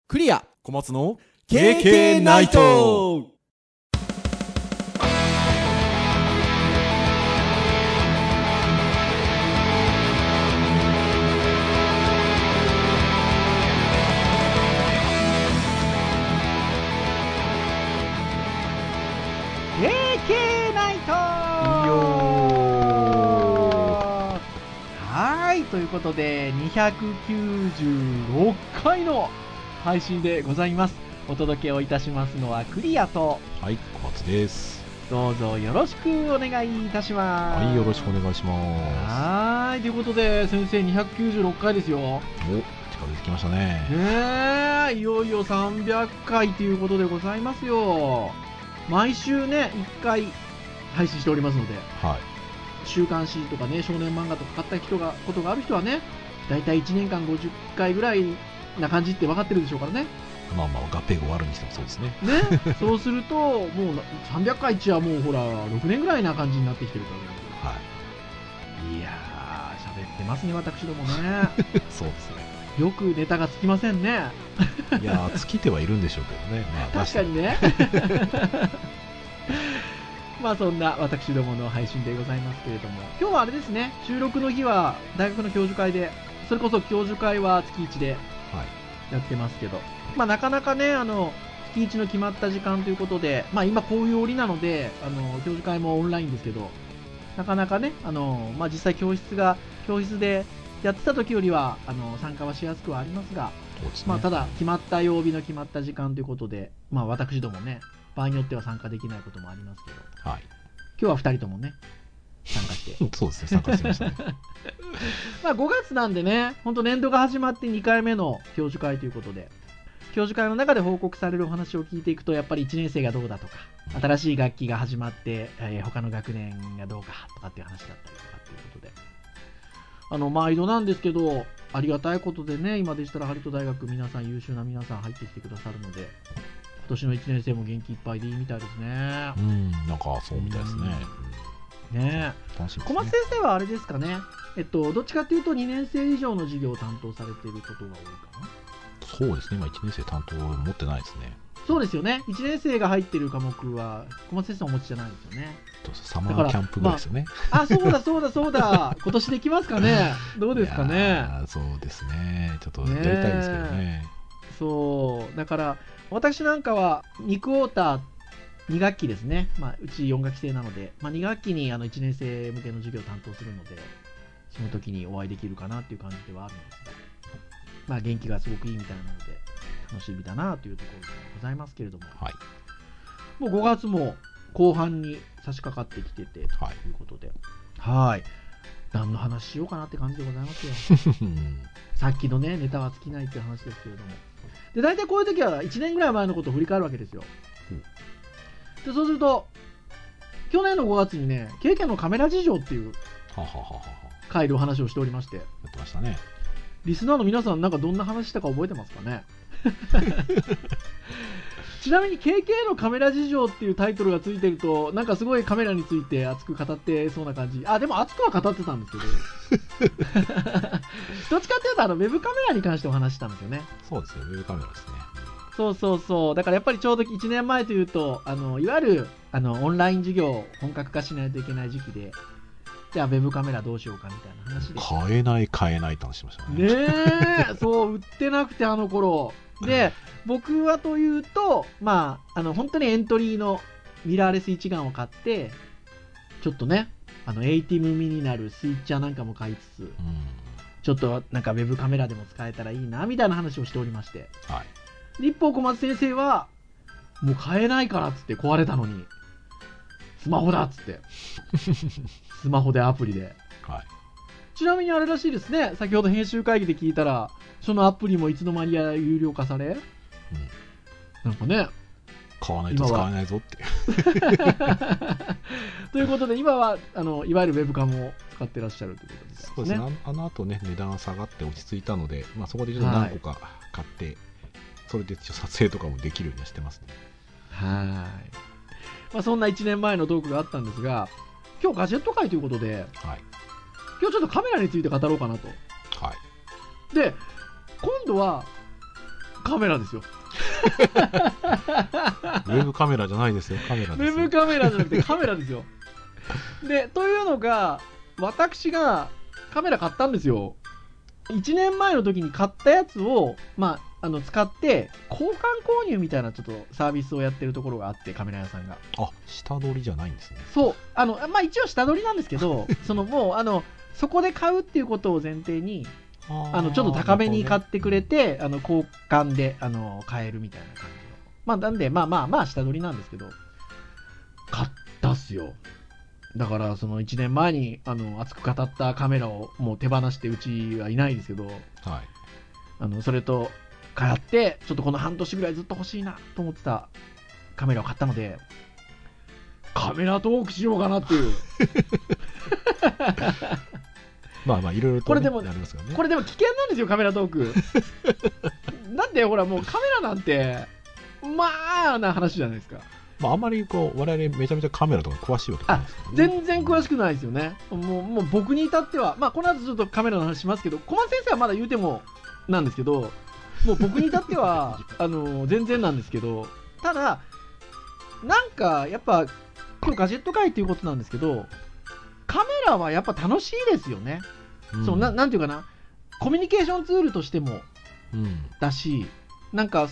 クリア小松の KK ナイト。 KK ナイト。はい、ということで296回の配信でございます。お届けをいたしますのはクリアと、 はい、小松です。 どうぞよろしくお願いいたします。 はい、よろしくお願いします。 はい、ということで先生296回ですよ。 お、近づいてきましたね。 いよいよ300回ということでございますよ。毎週ね1回配信しておりますので、 はい、 週刊誌とかね、少年漫画とか買ったことがある人はね、だいたい1年間50回ぐらいな感じって分かってるでしょうからね。 まあまあ合併後終わるにしてもそうですね。 ね、そうするともう300回っちはもうほら6年ぐらいな感じになってきてるから、 はい、 いやー喋ってますね私どもね。 そうですね。 よくネタがつきませんね。 いやー尽きてはいるんでしょうけどね。まあ、 確かにね。まあそんな私どもの配信でございますけれども、今日はあれですね、収録の日は大学の教授会で、それこそ教授会は月1でやってますけど、まあなかなかね、月1の決まった時間ということで、まあ今こういう折なので、教授会もオンラインですけど、なかなかね、まあ実際教室でやってた時よりは、参加はしやすくはありますが、 そうですね。 まあただ決まった曜日の決まった時間ということで、まあ私どもね、場合によっては参加できないこともありますけど、 はい、 今日は2人ともね参加してそうですね、参加してましたね。 まあ5月なんでね、本当年度が始まって2回目の教授会ということで、教授会の中で報告されるお話を聞いていくと、やっぱり1年生がどうだとか、新しい学期が始まって、他の学年がどうかとかっていう話だったりとかっていうことで、毎度なんですけど、ありがたいことでね、今でしたらハリト大学皆さん優秀な皆さん入ってきてくださるので、今年の1年生も元気いっぱいでいいみたいですね。 なんかそうみたいですね。 ねえ、楽しみですね。 小松先生はあれですかね、どっちかっていうと2年生以上の授業を担当されていることが多いかな。 そうですね、今1年生担当持ってないですね。 そうですよね、1年生が入っている科目は小松先生お持ちじゃないですよね。 サマーキャンプぐらいですよね。 まあ、そうだ今年できますかね。どうですかね。 そうですね、ちょっとやりたいですけどね。 そうだから私なんかは2クォーター2学期ですね、まあ、うち4学期制なので、まあ、2学期に1年生向けの授業を担当するので、その時にお会いできるかなっていう感じではあるんですが、まあ、元気がすごくいいみたいなので楽しみだなというところでございますけれども、 はい、 もう5月も後半に差し掛かってきててということで、はい、何の話しようかなって感じでございますよ。さっきのねネタは尽きないっていう話ですけれども、で大体こういう時は1年ぐらい前のことを振り返るわけですよ。でそうすると去年の5月にね、経験のカメラ事情っていう回でお話をしておりまして、 やってましたね。 リスナーの皆さんなんかどんな話したか覚えてますかね。ちなみに KK のカメラ事情っていうタイトルがついてると、なんかすごいカメラについて熱く語ってそうな感じ。でも熱くは語ってたんですけどどっちかっていうとウェブカメラに関してお話したんですよね。 そうですね、ウェブカメラですね。 そうだからやっぱりちょうど1年前というと、いわゆるオンライン授業を本格化しないといけない時期で、じゃあウェブカメラどうしようかみたいな話で、 買えないって話しましたね。 そう売ってなくて、あの頃で僕はというと、まあ本当にエントリーのミラーレス一眼を買って、ちょっとねATEMミニなるスイッチャーなんかも買いつつ、ちょっとなんかウェブカメラでも使えたらいいなみたいな話をしておりまして、 はい、 一方小松先生はもう買えないからっつって、壊れたのにスマホだっつってスマホでアプリで、 はい、 ちなみにあれらしいですね、先ほど編集会議で聞いたら、そのアプリもいつの間にや有料化され、なんかね、 買わないと使えないぞってということで今はいわゆるウェブカムを使ってらっしゃるということですね。 そうですね、あの後ね値段下がって落ち着いたので、まあ、そこでちょっと何個か買って、それで撮影とかもできるようにはしてますね。 まあ、そんな1年前のトークがあったんですが、今日ガジェット会ということで、 はい、 今日ちょっとカメラについて語ろうかなと。 はい、 で今度はカメラですよ。 ウェブカメラじゃないですよ、カメラですよ。 ウェブカメラじゃなくてカメラですよ。でというのが、私がカメラ買ったんですよ。1年前の時に買ったやつを、使って交換購入みたいなちょっとサービスをやってるところがあって、カメラ屋さんが。 あ、下取りじゃないんですね。 そう、一応下取りなんですけどもうそこで買うっていうことを前提にちょっと高めに買ってくれて、交換で買えるみたいな感じの、なんで下取りなんですけど、買ったっすよ。だからその1年前に熱く語ったカメラをもう手放してうちはいないですけど、 はい、 それと買ってちょっとこの半年ぐらいずっと欲しいなと思ってたカメラを買ったので、カメラトークしようかなっていういろいろと、ね、 これでもありますよね。 これでも危険なんですよ、カメラトーク。だってほら、もうカメラなんてな話じゃないですか。 あんまり我々めちゃめちゃカメラとか詳しいわけじゃないですからね。 全然詳しくないですよね。もう僕に至っては、この後ちょっとカメラの話しますけど、小松先生はまだ言うてもなんですけど、もう僕に至っては全然なんですけど、ただなんかやっぱ今日ガジェット会っていうことなんですけど、カメラはやっぱ楽しいですよね。なんていうかな、コミュニケーションツールとしてもだし、なんか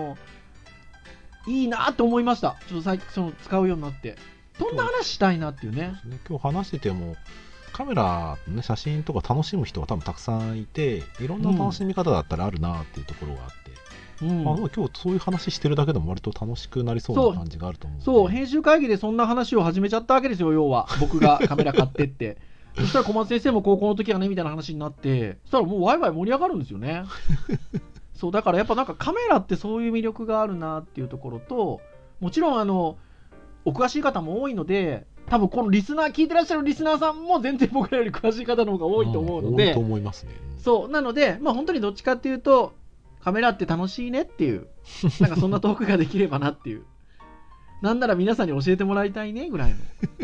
いいなと思いました。ちょっと最近使うようになって、どんな話したいなっていうね。 今日話しててもカメラの、ね、写真とか楽しむ人が多分たくさんいて、いろんな楽しみ方だったらあるなっていうところがあって、今日そういう話してるだけでも割と楽しくなりそうな感じがあると思う。 そう、編集会議でそんな話を始めちゃったわけですよ、要は。僕がカメラ買ってってそしたら小松先生も高校の時はねみたいな話になって、そしたらもうワイワイ盛り上がるんですよね。そうだからやっぱなんかカメラってそういう魅力があるなっていうところと、もちろんお詳しい方も多いので、多分このリスナー聞いてらっしゃるリスナーさんも全然僕らより詳しい方の方が多いと思うので、 多いと思いますね。 そうなので、本当にどっちかっていうとカメラって楽しいねっていう、なんかそんなトークができればなっていう、なんなら皆さんに教えてもらいたいねぐらいの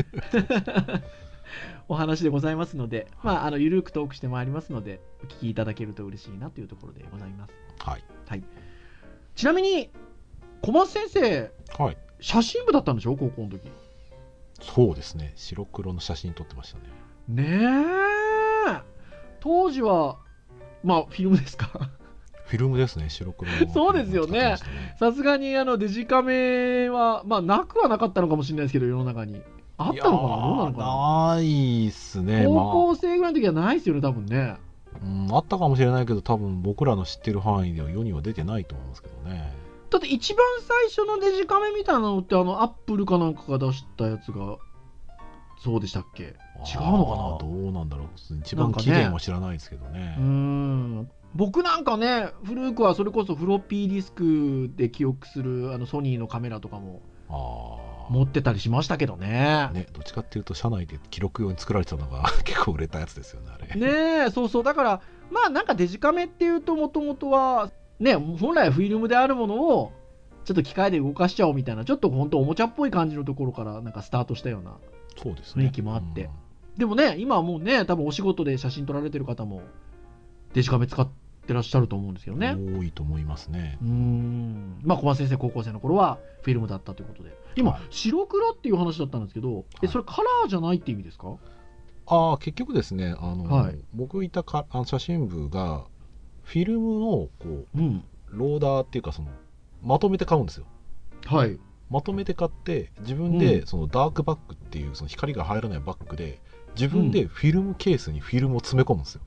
お話でございますので、ゆるくトークしてまいりますので、お聞きいただけると嬉しいなというところでございます。 はい、 はい、ちなみに小松先生、 はい、 写真部だったんでしょ、高校の時。 そうですね、白黒の写真撮ってましたね。 ねえ、当時はフィルムですか？ フィルムですね、白黒の。 そうですよね。さすがにデジカメはなくはなかったのかもしれないですけど、世の中にあったのかな、どうなのかな。 ないっすね。 高校生ぐらいの時はないですよね、多分ね。 あったかもしれないけど、多分僕らの知ってる範囲では世には出てないと思いますけどね。 だって一番最初のデジカメみたいなのってアップルかなんかが出したやつがそうでしたっけ？違うのかな。 どうなんだろう。一番期限は知らないですけどね。 僕なんかね、古くはそれこそフロッピーディスクで記憶するソニーのカメラとかも持ってたりしましたけどね。 どっちかっていうと社内で記録用に作られてたのが結構売れたやつですよね、あれ。 ねえ、そうだからなんかデジカメっていうともともとはね、本来はフィルムであるものをちょっと機械で動かしちゃおうみたいな、ちょっと本当おもちゃっぽい感じのところからなんかスタートしたような雰囲気もあって、でもね、今はもうね、多分お仕事で写真撮られてる方もデジカメ使ってらっしゃると思うんですけどね。 多いと思いますね。 小松先生高校生の頃はフィルムだったということで、今、白黒っていう話だったんですけど、それカラーじゃないって意味ですか？ 結局ですね、僕いた写真部がフィルムのローダーっていうかまとめて買うんですよ。 はい。 まとめて買って自分でダークバッグっていう光が入らないバッグで自分でフィルムケースにフィルムを詰め込むんですよ。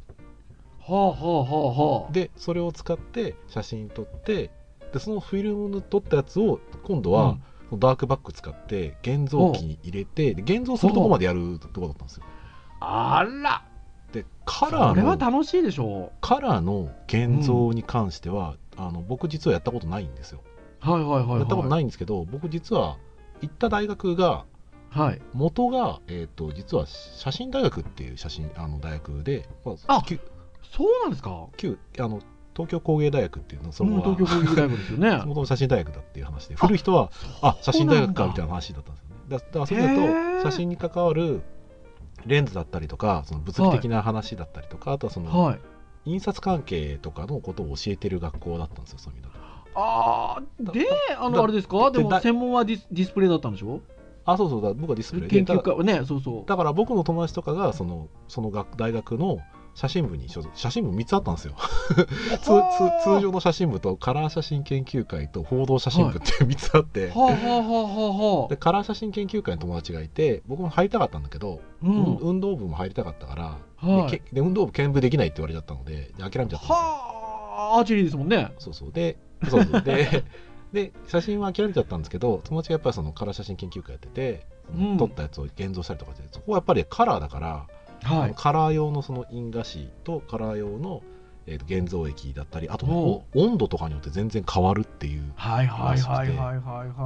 でそれを使って写真撮って、でそのフィルムの撮ったやつを今度はダークバッグ使って現像機に入れて、現像するとこまでやるとこだったんですよ。 あら。 でカラーの、 これは楽しいでしょう。 カラーの現像に関しては、僕実はやったことないんですよ。 やったことないんですけど、僕実は行った大学が、元が、実は写真大学っていう大学で、 そうなんですか。 東京工芸大学っていうの、 東京工芸大学ですよね。 もともと写真大学だっていう話で、古い人は写真大学かみたいな話だったんですよね。だからそれだと写真に関わるレンズだったりとか、物理的な話だったりとか、あとは印刷関係とかのことを教えてる学校だったんですよ、そういう意味だと。 であれですか、でも専門はディスプレイだったんでしょ。 そうそう、僕はディスプレイ研究家ね、そうそう。 だから僕の友達とかがその大学の写真部に写真部3つあったんですよ通常の写真部とカラー写真研究会と報道写真部っていう3つあって、でカラー写真研究会の友達がいて、僕も入りたかったんだけど、運動部も入りたかったから、で運動部兼部できないって言われちゃったので諦めちゃったんですよ。 アーチェリーですもんね。 そうで写真は諦めちゃったんですけど、友達がやっぱりそのカラー写真研究会やってて、撮ったやつを現像したりとかして、そこはやっぱりカラーだから、カラー用のその印画紙とカラー用の現像液だったり、あと、温度とかによって全然変わるっていう話をして、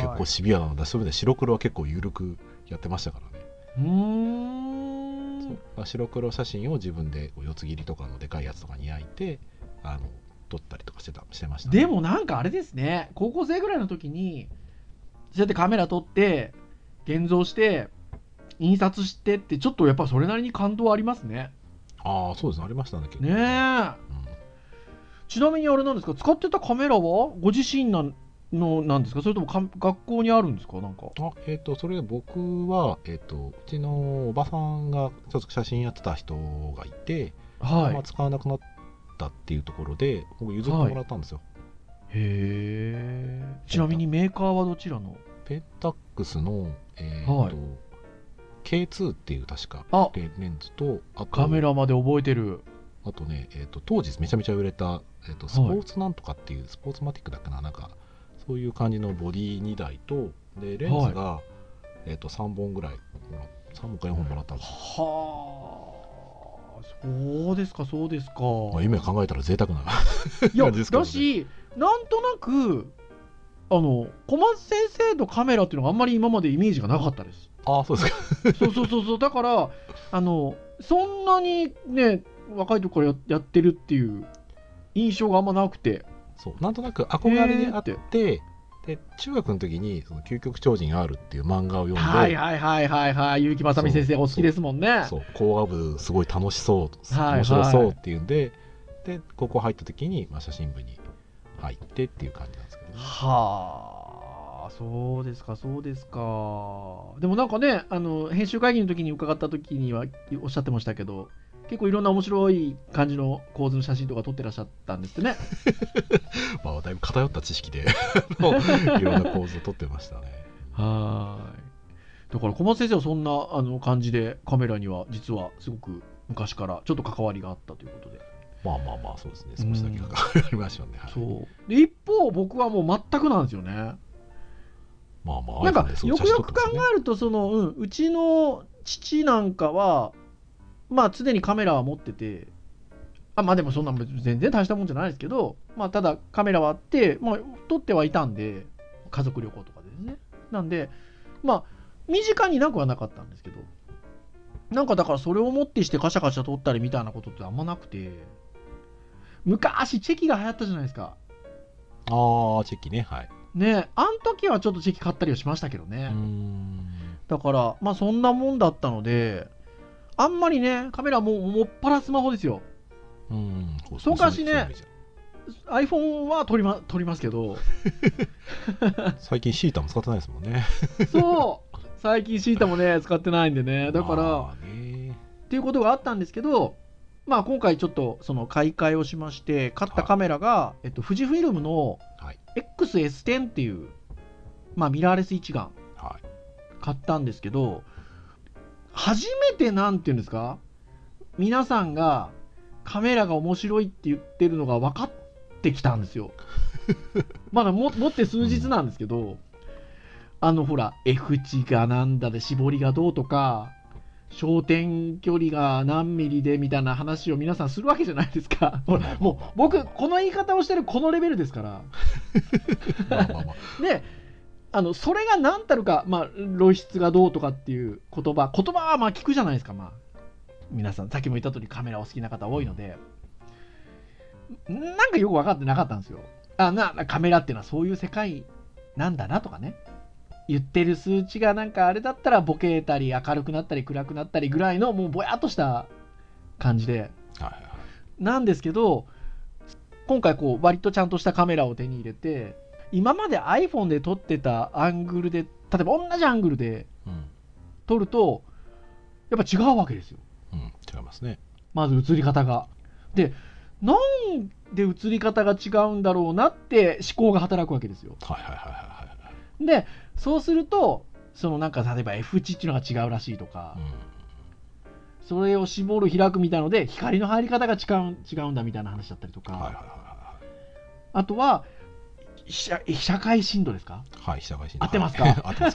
結構シビアなので、そういう意味で白黒は結構緩くやってましたからね。白黒写真を自分で四つ切りとかのでかいやつとかに焼いて撮ったりとかしてましたね。 でもなんかあれですね、高校生ぐらいの時にそうやってカメラ撮って現像して印刷してって、ちょっとやっぱそれなりに感動ありますね。 そうですね、ありましたね結構ね。ちなみにあれなんですか、使ってたカメラはご自身なんですか、それとも学校にあるんですか。なんかそれ僕は、うちのおばさんがちょっと写真やってた人がいて、使わなくなったっていうところで僕譲ってもらったんですよ。 へえ。ちなみにメーカーはどちらの？ ペンタックスの、K2 っていう確かレンズと、あとカメラまで覚えてる。 あとね、当時めちゃめちゃ売れた、スポーツなんとかっていう、スポーツマティックだっけな、なんかそういう感じのボディ2台と、でレンズが、3本ぐらい、3本か4本もらったんですよ。 そうですかそうですか。 今考えたら贅沢ないやだし、なんとなく小松先生のカメラっていうのがあんまり今までイメージがなかったです。 そうですか。 そうだからそんなにね若い時からやってるっていう印象があんまなくて、 なんとなく憧れにあって、で中学の時にその究極超人 R っていう漫画を読んで、 結城正美先生お好きですもんね。 工学部すごい楽しそう、面白そうっていうんで、で高校入った時に、写真部に入ってっていう感じなんですけどね。 そうですかそうですか。でもなんかね、編集会議の時に伺った時にはおっしゃってましたけど、結構いろんな面白い感じの構図の写真とか撮ってらっしゃったんですってね。 だいぶ偏った知識でいろんな構図を撮ってましたね。 だから小松先生はそんな感じでカメラには実はすごく昔からちょっと関わりがあったということで。 そうですね、少しだけ関わりましたね。 で一方僕はもう全くなんですよね。なんかよくよく考えるとうちの父なんかは常にカメラは持ってて、でもそんな全然大したもんじゃないですけど、ただカメラはあって、撮ってはいたんで、家族旅行とかでですね。なんで身近になくはなかったんですけど、なんかだからそれをもってしてカシャカシャ撮ったりみたいなことってあんまなくて、昔チェキが流行ったじゃないですか。 チェキね、 ね、あん時はちょっとチェキ買ったりはしましたけどね。だからそんなもんだったので、あんまりね、カメラもっぱらスマホですよ。そうかしね、iPhone は撮りますけど最近シータも使ってないですもんね。 最近シータもね使ってないんでね。だからっていうことがあったんですけど、今回ちょっとその買い替えをしまして買ったカメラが、富士フィルムの XS10 っていう、ミラーレス一眼買ったんですけど、初めてなんていうんですか、皆さんがカメラが面白いって言ってるのが分かってきたんですよ。まだ持って数日なんですけど、ほら F 値がなんだで絞りがどうとか焦点距離が何ミリでみたいな話を皆さんするわけじゃないですか。もう僕この言い方をしてるこのレベルですからでそれが何たるか、露出がどうとかっていう言葉は聞くじゃないですか。皆さんさっきも言った通りカメラお好きな方多いので、なんかよく分かってなかったんですよ。カメラっていうのはそういう世界なんだなとかね、言ってる数値がなんかあれだったらボケたり明るくなったり暗くなったりぐらいのもうぼやっとした感じで、なんですけど、今回割とちゃんとしたカメラを手に入れて、 今まで iPhone で撮ってたアングルで、例えば同じアングルで撮るとやっぱ違うわけですよ。 違いますね。まず映り方が。で、なんで映り方が違うんだろうなって思考が働くわけですよ。で、そうするとなんか例えば F 値っていうのが違うらしいとか、それを絞る開くみたいので光の入り方が違うんだみたいな話だったりとか、あとは被写界深度ですか？ はい、被写界深度。 合ってますか？ 合ってます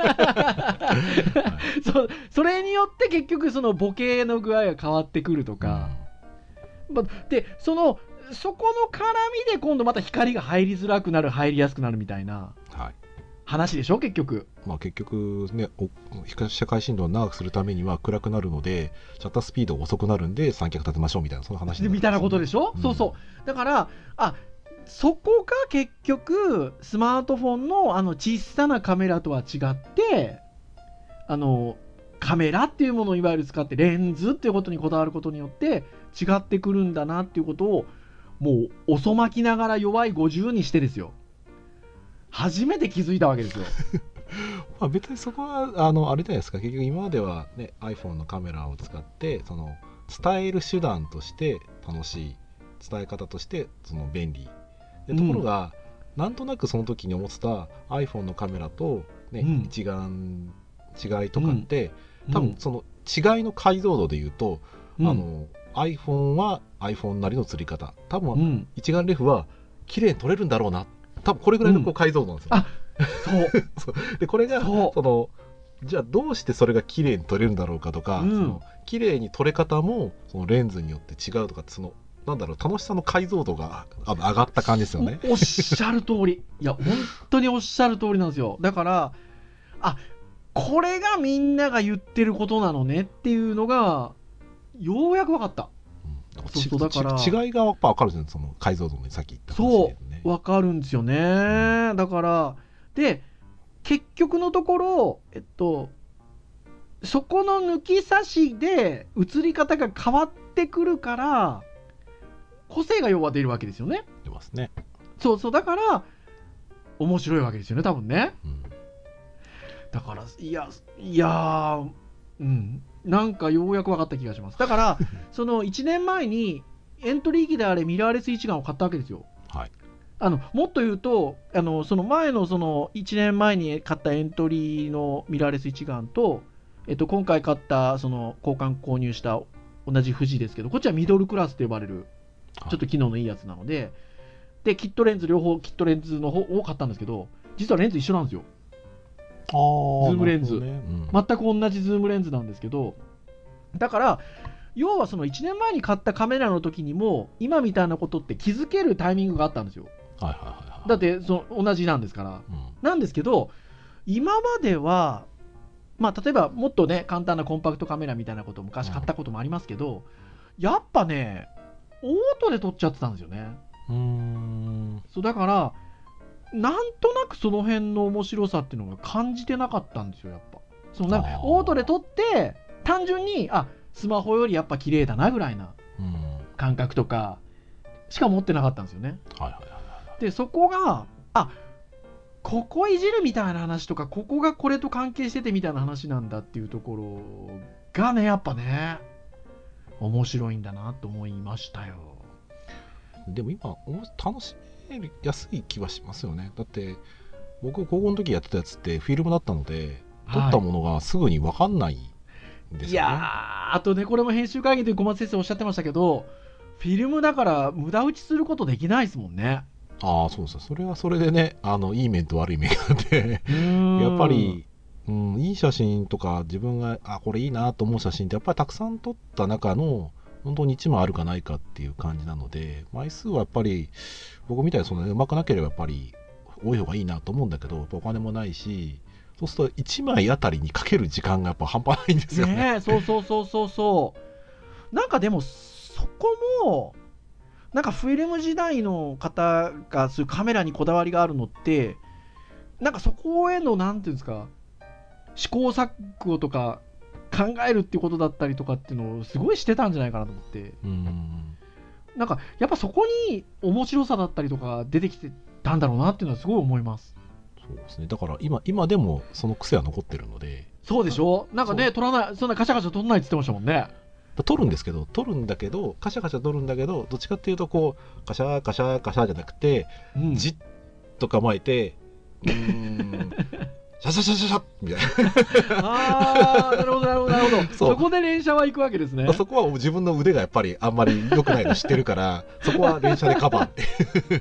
よ。 それによって結局そのボケの具合が変わってくるとか、でそこの絡みで今度また光が入りづらくなる、入りやすくなるみたいな話でしょ、結局。 結局ね、被写界深度を長くするためには暗くなるのでシャッタースピードが遅くなるんで三脚立てましょうみたいな、そういう話みたいなことでしょ。そうだからそこが結局スマートフォンの小さなカメラとは違ってカメラっていうものをいわゆる使ってレンズっていうことにこだわることによって違ってくるんだなっていうことをもう遅まきながら弱い50にしてですよ、初めて気づいたわけですよ。 別にそこはあれじゃないですか。結局今までは、ね、iPhone のカメラを使って伝える手段として楽しい、伝え方として便利で、ところが、なんとなくその時に思ってた iPhone のカメラと、ね、一眼違いとかって、多分その違いの解像度でいうと、iPhone は iPhone なりの撮り方、多分、一眼レフは綺麗に撮れるんだろうな、多分これぐらいの解像度なんですよ。でこれがじゃあどうしてそれが綺麗に撮れるんだろうかとか、綺麗に撮れ方もレンズによって違うとかって、なんだろう、楽しさの解像度が上がった感じですよね。 おっしゃる通り。いや本当におっしゃる通りなんですよ。だからこれがみんなが言ってることなのねっていうのがようやく分かった。 だから違いがやっぱ分かるじゃん、その解像度にさっき言った話で、ね、 分かるんですよね。だからで結局のところそこの抜き差しで映り方が変わってくるから個性が要は出るわけですよね。 出ますね。 だから面白いわけですよね、多分ね。だからいやなんかようやく分かった気がします。だからその1年前にエントリー機であれミラーレス一眼を買ったわけですよ。もっと言うとその前の1年前に買ったエントリーのミラーレス一眼と、今回買った交換購入した同じ富士ですけど、こっちはミドルクラスと呼ばれるちょっと機能のいいやつなので、キットレンズ両方キットレンズの方を買ったんですけど、実はレンズ一緒なんですよ。ズームレンズ、全く同じズームレンズなんですけど、だから要はその1年前に買ったカメラの時にも今みたいなことって気づけるタイミングがあったんですよ。だって同じなんですから、なんですけど今までは例えばもっとね簡単なコンパクトカメラみたいなことを昔買ったこともありますけど、やっぱねオートで撮っちゃってたんですよね。だからなんとなくその辺の面白さっていうのが感じてなかったんですよ。やっぱなんかオートで撮って単純にスマホよりやっぱ綺麗だなぐらいな感覚とかしか持ってなかったんですよね。でそこがここいじるみたいな話とか、ここがこれと関係しててみたいな話なんだっていうところがね、やっぱね面白いんだなと思いましたよ。 でも今楽しめやすい気はしますよね。だって僕高校の時やってたやつってフィルムだったので、撮ったものがすぐに分かんないんですよね。 いやあとね、これも編集会議で小松先生おっしゃってましたけど、フィルムだから無駄打ちすることできないですもんね。 そうです。それはそれでね、いい面と悪い面があってやっぱり、いい写真とか自分がこれいいなと思う写真ってやっぱりたくさん撮った中の本当に1枚あるかないかっていう感じなので、枚数はやっぱり僕みたいにうまくなければやっぱり多い方がいいなと思うんだけど、やっぱお金もないし、そうすると1枚あたりにかける時間がやっぱ半端ないんですよね。 なんかでもそこもなんかフィルム時代の方がそういうカメラにこだわりがあるのって、なんかそこへのなんていうんですか、試行錯誤とか考えるっていうことだったりとかっていうのをすごいしてたんじゃないかなと思って、なんかやっぱそこに面白さだったりとか出てきてたんだろうなっていうのはすごい思います。 そうですね。だから今でもその癖は残ってるので。 そうでしょ。なんかね、取らない、そんなカシャカシャ取らないって言ってましたもんね。 取るんだけどカシャカシャ取るんだけど、どっちかっていうとこうカシャカシャカシャじゃなくて、じっと構えてシャシャシャシャシャみたいな。 ああ、なるほどなるほどなるほど。そこで連射は行くわけですね。 そこは自分の腕がやっぱりあんまり良くないの知ってるからそこは連射でカバーって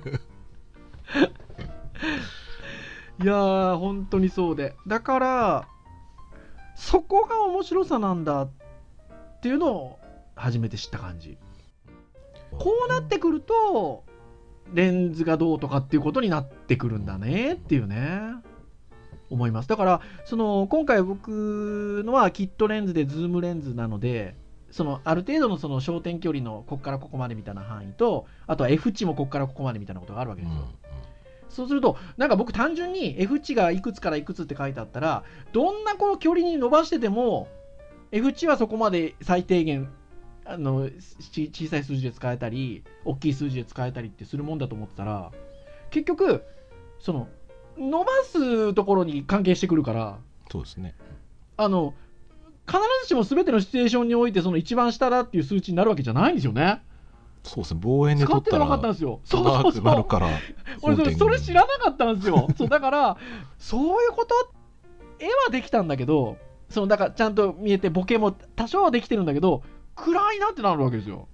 いやー本当にそうで、だからそこが面白さなんだっていうのを初めて知った感じ。こうなってくるとレンズがどうとかっていうことになってくるんだねっていうね思います。だから今回僕のはキットレンズでズームレンズなので、ある程度の焦点距離のここからここまでみたいな範囲と、あとは F 値もここからここまでみたいなことがあるわけですよ。そうするとなんか僕単純に F 値がいくつからいくつって書いてあったら、どんなこの距離に伸ばしてても F 値はそこまで最低限小さい数字で使えたり大きい数字で使えたりってするもんだと思ってたら、結局伸ばすところに関係してくるから。 そうですね。 必ずしも全てのシチュエーションにおいて一番下だっていう数値になるわけじゃないんですよね。 そうですね。望遠で撮ったら使ってなかったんですよ。 高くなるから。 俺それ知らなかったんですよ。そうだからそういうこと、絵はできたんだけど、だからちゃんと見えてボケも多少はできてるんだけど、暗いなってなるわけですよ。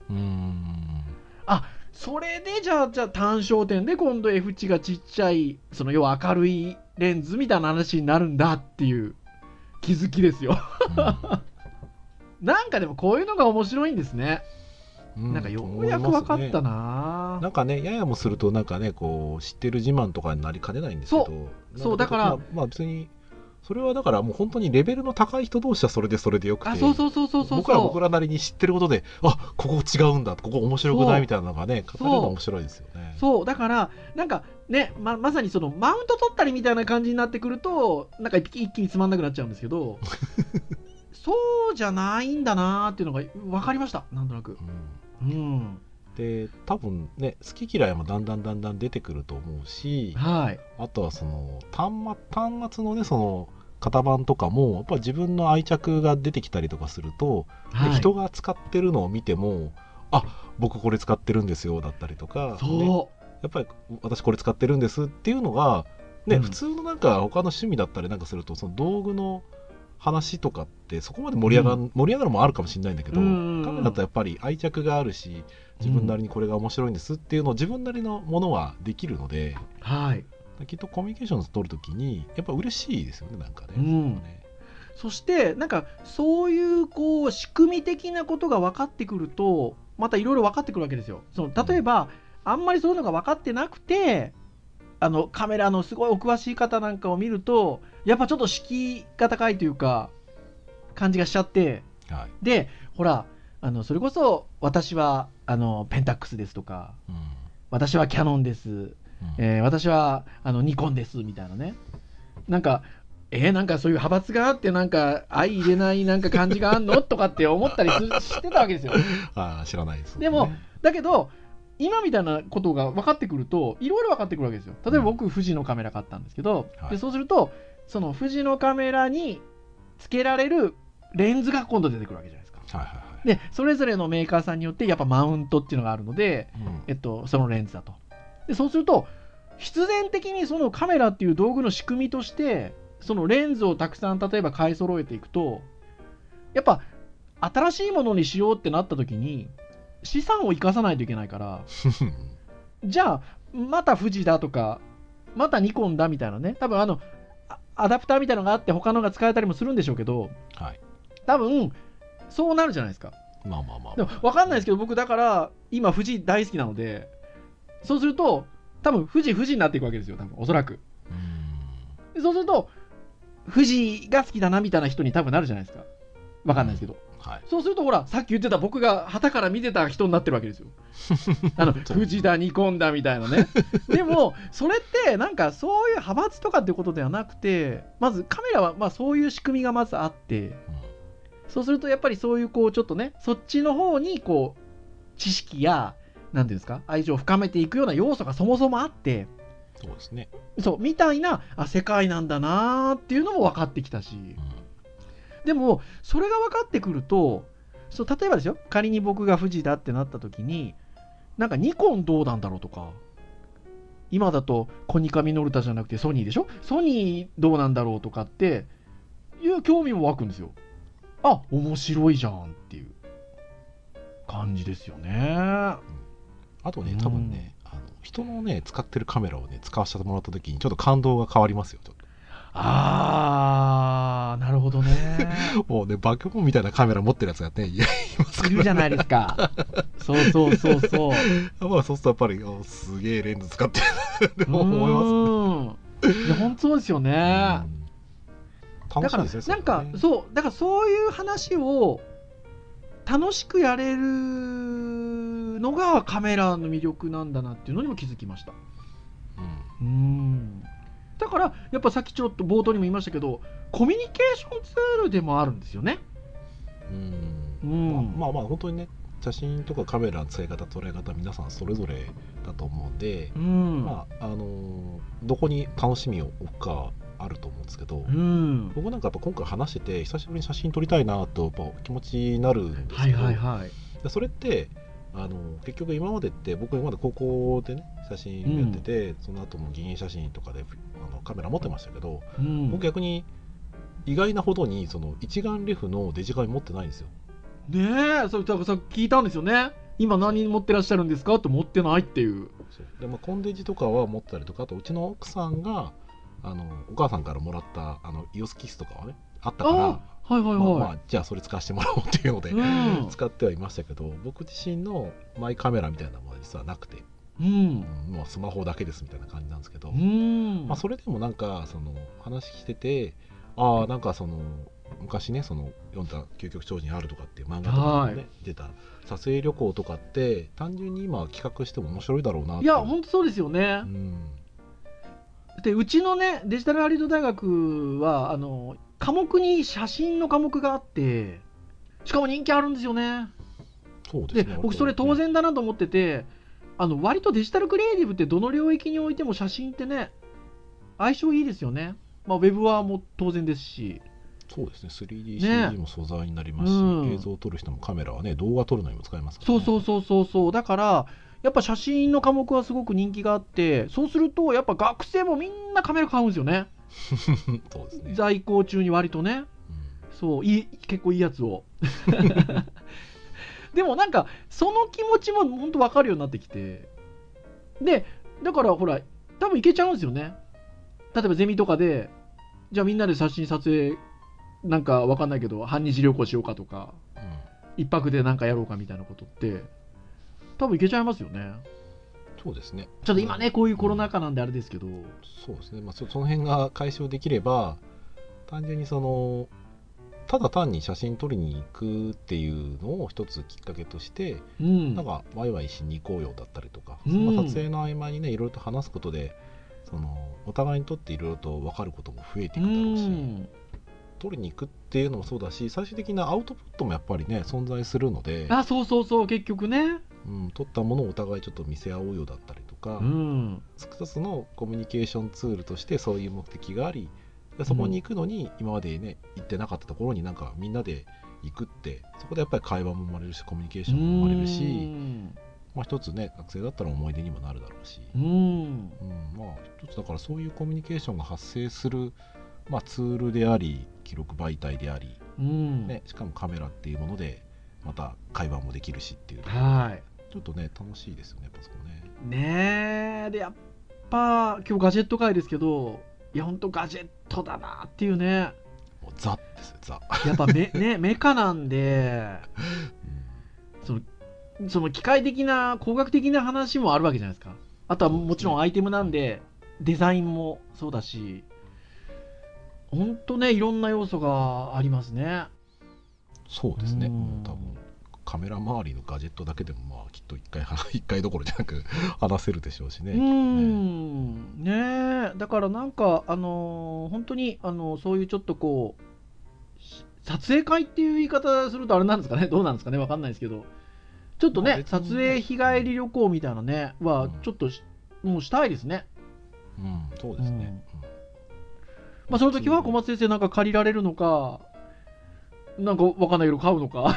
それでじゃあ単焦点で今度 F 値がちっちゃい要は明るいレンズみたいな話になるんだっていう気づきですよ。なんかでもこういうのが面白いんですね。なんかようやく分かったな、 なんかね、ややもするとなんかね、こう知ってる自慢とかになりかねないんですけど、 そうだから別にそれはだからもう本当にレベルの高い人同士はそれでよくて、僕らなりに知ってることで、ここ違うんだ、ここ面白くないみたいなのがね、語れるの面白いですよね。 そうだからなんかね、まさにマウント取ったりみたいな感じになってくると、なんか一気につまんなくなっちゃうんですけどそうじゃないんだなっていうのが分かりました、なんとなく。 で多分ね、好き嫌いもだんだん出てくると思うし、あとは端末のね型番とかもやっぱり自分の愛着が出てきたりとかすると、人が使ってるのを見ても僕これ使ってるんですよだったりとか、やっぱり私これ使ってるんですっていうのがね、普通のなんか他の趣味だったりなんかすると、道具の話とかってそこまで盛り上がるもあるかもしれないんだけど、カメラだとやっぱり愛着があるし、自分なりにこれが面白いんですっていうのを自分なりのものはできるので、きっとコミュニケーションを取るときにやっぱ嬉しいですよね、なんかね。 そしてなんかそういう仕組み的なことが分かってくると、またいろいろ分かってくるわけですよ。例えば、あんまりそういうのが分かってなくてカメラのすごいお詳しい方なんかを見ると、やっぱちょっと敷居が高いというか感じがしちゃって、でほらそれこそ私はペンタックスですとか、私はキャノンです、私はニコンですみたいなね、なんかなんかそういう派閥があって、なんか相入れないなんか感じがあんのとかって思ったりしてたわけですよ。 知らないです、 でもだけど今みたいなことが分かってくると、いろいろ分かってくるわけですよ。例えば僕、富士のカメラ買ったんですけど、でそうすると富士のカメラにつけられるレンズが今度出てくるわけじゃないですか。でそれぞれのメーカーさんによってやっぱマウントっていうのがあるので、そのレンズだと。でそうすると必然的にそのカメラっていう道具の仕組みとしてそのレンズをたくさん例えば買い揃えていくと、やっぱ新しいものにしようってなった時に資産を生かさないといけないからじゃあまた富士だとかまたニコンだみたいなね、多分アダプターみたいなのがあって他のが使えたりもするんでしょうけど、多分そうなるじゃないですか。でも分かんないですけど、僕だから今富士大好きなので、そうすると多分富士になっていくわけですよ、多分おそらく。でそうすると富士が好きだなみたいな人に多分なるじゃないですか。分かんないですけど、そうするとほらさっき言ってた僕が旗から見てた人になってるわけですよ。富士だニコンだみたいなね。でもそれってなんかそういう派閥とかっていうことではなくて、まずカメラはそういう仕組みがまずあって、そうするとやっぱりそういうちょっとね、そっちの方に知識やなんていうんですか、愛情を深めていくような要素がそもそもあって、 そうですね。 そうみたいな世界なんだなっていうのも分かってきたし、でもそれが分かってくると、そう例えばですよ、仮に僕が富士だってなった時に、なんかニコンどうなんだろうとか、今だとコニカミノルタじゃなくてソニーでしょ、ソニーどうなんだろうとかっていう興味も湧くんですよ。あ、面白いじゃんっていう感じですよね。 あとね、多分ね、人のね使ってるカメラをね使わせてもらった時にちょっと感動が変わりますよ。ちょっとあー、なるほどね。 もうね、バケモンみたいなカメラ持ってるやつがね、いますから、 いるじゃないですか。そうそうそうそう。 まあそうするとやっぱりすげえレンズ使ってるなって思いますね。 いや本当そうですよね。 楽しいですね。 だからなんかそうだからそういう話を楽しくやれるのがカメラの魅力なんだなっていうのにも気づきました。だからやっぱさっきちょっと冒頭にも言いましたけど、コミュニケーションツールでもあるんですよね。 まあ本当にね、写真とかカメラの使い方捉え方皆さんそれぞれだと思うんで、まあどこに楽しみを置くかあると思うんですけど、僕なんかやっぱ今回話してて久しぶりに写真撮りたいなとやっぱ気持ちになるんですけど、それって結局今までって僕今まで高校でね写真やってて、その後も銀写真とかでカメラ持ってましたけど、僕逆に意外なほどにその一眼レフのデジカメ持ってないんですよ。 ねえ、それさっき聞いたんですよね。今何持ってらっしゃるんですかって、持ってないっていう。 で、コンデジとかは持ったりとか、あとうちの奥さんがお母さんからもらったイオスキスとかはねあったから、じゃあそれ使わせてもらおうっていうので、使ってはいましたけど、僕自身のマイカメラみたいなものは実はなくて、もうスマホだけですみたいな感じなんですけど、それでもなんかその話してて、なんかその昔ね、その読んだ究極超人あるとかっていう漫画とかでね出た撮影旅行とかって単純に今企画しても面白いだろうなって。 いや本当そうですよね。でうちのねデジタルハリウッド大学は科目に写真の科目があって、しかも人気あるんですよね。 そうですね。 で僕それ当然だなと思ってて、割とデジタルクリエイティブってどの領域においても写真ってね相性いいですよね。ウェブはもう当然ですし。 そうですね。 3DCG も素材になりますし、映像を撮る人もカメラはね動画撮るのにも使えますからね。 そうだからやっぱ写真の科目はすごく人気があって、そうするとやっぱ学生もみんなカメラ買うんですよね。 そうですね。 在校中に割とね、そう結構いいやつをでもなんかその気持ちも本当分かるようになってきて、でだからほら多分いけちゃうんですよね。例えばゼミとかでじゃあみんなで写真撮影なんか分かんないけど半日旅行しようかとか、一泊でなんかやろうかみたいなことって多分いけちゃいますよね。 そうですね。 ちょっと今ねこういうコロナ禍なんであれですけど、 そうですね。その辺が解消できれば、単純にそのただ単に写真撮りに行くっていうのを一つきっかけとして、なんかワイワイしに行こうよだったりとか、その撮影の合間にねいろいろと話すことで、そのお互いにとっていろいろと分かることも増えていくだろうし、撮りに行くっていうのもそうだし、最終的なアウトプットもやっぱりね存在するので、 そう結局ね、 撮ったものをお互いちょっと見せ合おうよだったりとか、一つのコミュニケーションツールとしてそういう目的があり、そこに行くのに今までね行ってなかったところになんかみんなで行くって、そこでやっぱり会話も生まれるしコミュニケーションも生まれるし、一つね学生だったら思い出にもなるだろうし、一つだからそういうコミュニケーションが発生する、ツールであり記録媒体であり、しかもカメラっていうものでまた会話もできるしっていう、ちょっとね楽しいですよね、やっぱそこね。 でやっぱ今日ガジェット界ですけど、いや本当ガジェットだなっていうね。 もうザですよ、ザ。 やっぱメカなんで、その機械的な工学的な話もあるわけじゃないですか。あとはもちろんアイテムなんでデザインもそうだし、本当ねいろんな要素がありますね。 そうですね。多分カメラ周りのガジェットだけでもきっと一回どころじゃなく話せるでしょうしね。 だからなんか本当にそういうちょっとこう撮影会っていう言い方するとあれなんですかね、どうなんですかね、わかんないですけど、ちょっとね撮影日帰り旅行みたいなねはちょっともうしたいですね。 そうですね。 まあ、その時は小松先生なんか借りられるのか、なんかわかんないけど買うのか。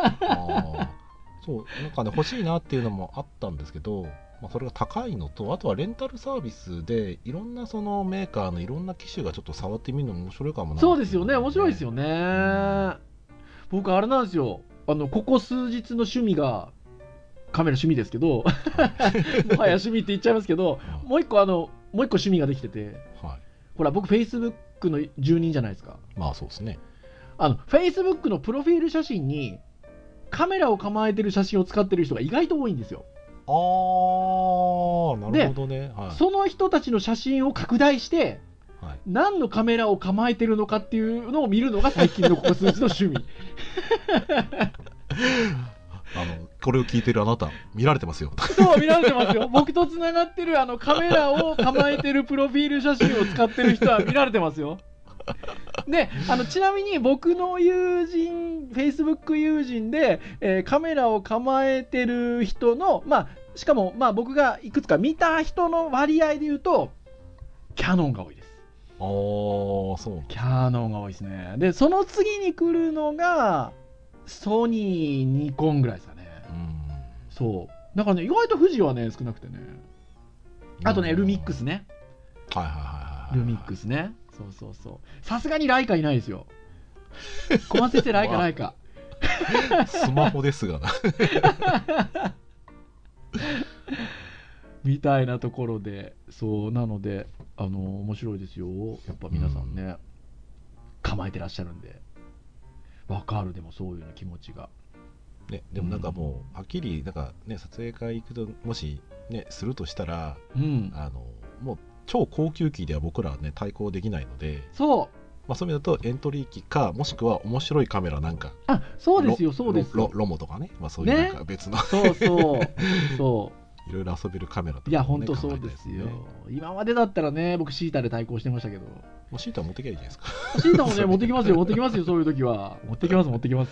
そうなんかね欲しいなっていうのもあったんですけど、まあ、それが高いのと、あとはレンタルサービスでいろんなそのメーカーのいろんな機種がちょっと触ってみるのも面白いかもな。 そうですよね、面白いですよね。僕あれなんですよ、ここ数日の趣味がカメラ趣味ですけどもはや趣味って言っちゃいますけど、もう一個趣味ができてて、ほら僕フェイスブックの住人じゃないですか。 まあそうですね。 フェイスブックのプロフィール写真にカメラを構えてる写真を使ってる人が意外と多いんですよ。 なるほどね。 その人たちの写真を拡大して、何のカメラを構えてるのかっていうのを見るのが最近のここ数日の趣味。 これを聞いてるあなた見られてますよ。 そう見られてますよ。僕とつながってるカメラを構えてるプロフィール写真を使ってる人は見られてますよ。でちなみに僕の友人 Facebook 友人で、カメラを構えてる人のしかも僕がいくつか見た人の割合で言うとキヤノンが多いです。 そうキヤノンが多いですね。でその次に来るのがソニー、ニコンぐらいですかね。そうだからね、意外と富士はね少なくてね。あとねルミックスね。ルミックスね。そうさすがにライカいないですよ。小松先生ライカスマホですがなみたいなところで、そうなので面白いですよ。やっぱ皆さんね、構えてらっしゃるんでわかる。でもそういう気持ちがね。でもなんかもうはっきりなんかね、撮影会行くともしねするとしたら、もう超高級機では僕らはね対抗できないので、そういう意味だとエントリー機か、もしくは面白いカメラなんか、 そうですよロモとかね、そういうなんか別の、いろいろ遊べるカメラとか、 いや本当そうですよ。今までだったらね僕シータで対抗してましたけど、もうシータ持ってきゃいいじゃないですか。 シータもね持ってきますよそういう時は持ってきます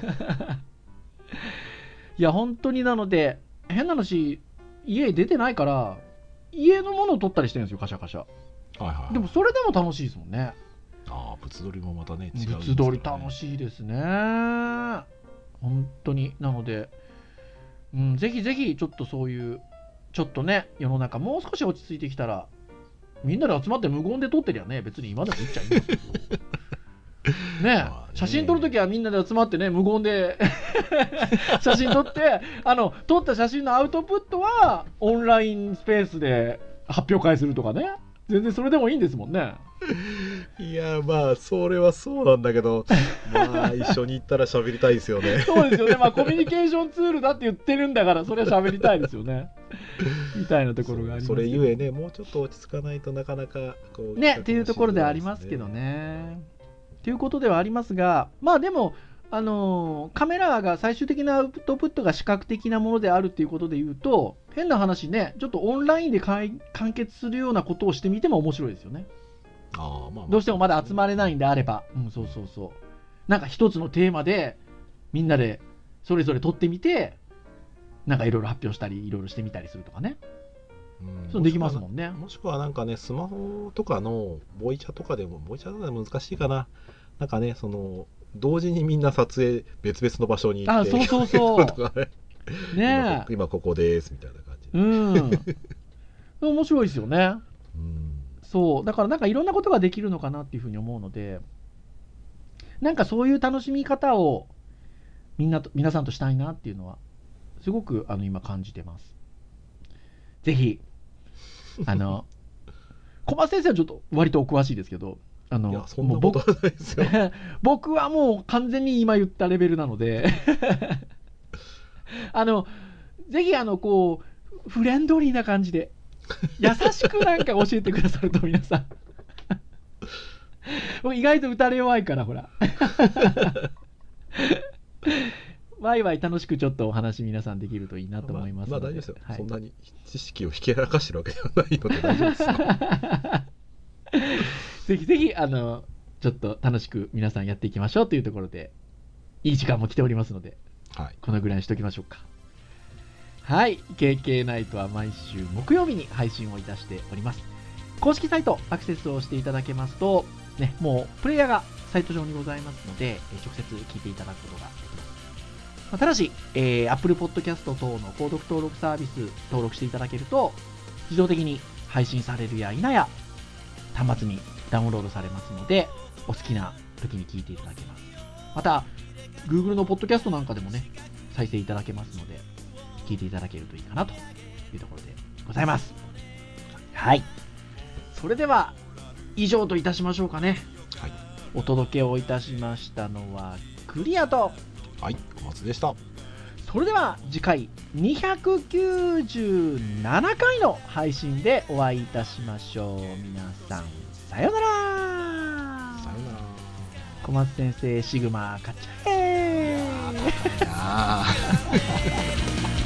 いや本当に。なので変な話、家出てないから家のものを撮ったりしてるんですよ、カシャカシャ。でもそれでも楽しいですもんね。 物撮りもまたね違う、 物撮り楽しいですね本当に。なので、ぜひぜひちょっとそういうちょっとね世の中もう少し落ち着いてきたら、みんなで集まって無言で撮ってりゃね別に今でもいっちゃいいんですけどね、写真撮るときはみんなで集まってね無言で写真撮って撮った写真のアウトプットはオンラインスペースで発表会するとかね、全然それでもいいんですもんね。 いやそれはそうなんだけど、一緒に行ったら喋りたいですよね。 そうですよね。コミュニケーションツールだって言ってるんだから、それは喋りたいですよねみたいなところがあります。 それゆえね、もうちょっと落ち着かないとなかなかこうねっていうところでありますけどね。ということではありますが、でもカメラが最終的なアウトプットが視覚的なものであるっていうことでいうと、変な話ね、ちょっとオンラインで完結するようなことをしてみても面白いですよね。どうしてもまだ集まれないんであれば、そうなんか一つのテーマでみんなでそれぞれ撮ってみて、なんかいろいろ発表したりいろいろしてみたりするとかね、そうできますもんね。 もしくはなんかね、スマホとかのボイチャとかでも難しいかな。なんかね、同時にみんな撮影別々の場所に行って、 そうとかね、 今ここですみたいな感じで、 面白いですよね。そうだからなんかいろんなことができるのかなっていうふうに思うので、なんかそういう楽しみ方を皆さんとしたいなっていうのはすごく今感じてます。ぜひ小松先生はちょっと割とお詳しいですけど、 いやそんなことはないですよ僕はもう完全に今言ったレベルなのでぜひこうフレンドリーな感じで優しくなんか教えてくださると皆さん僕意外と打たれ弱いからほらワイワイ楽しくちょっとお話皆さんできるといいなと思いますので、 大丈夫ですよ、そんなに知識をひけらかしてるわけではないので大丈夫ですよぜひぜひちょっと楽しく皆さんやっていきましょうというところで、いい時間も来ておりますので、このぐらいにしときましょうか。はい、KK ナイトは毎週木曜日に配信をいたしております。 公式サイトアクセスをしていただけますと、ね、もうプレイヤーがサイト上にございますので、直接聞いていただくことができます。ただし、Apple Podcast 等の購読登録サービス登録していただけると、自動的に配信されるや否や端末にダウンロードされますので、お好きな時に聞いていただけます。また Google のポッドキャストなんかでもね、再生いただけますので、聞いていただけるといいかなというところでございます。はい、それでは以上といたしましょうかね。 はい、 お届けをいたしましたのはクリアと、 はい、小松でした。 それでは次回297回の配信でお会いいたしましょう。皆さんさようなら。 さようなら。 小松先生シグマ勝っちゃえ。 いやー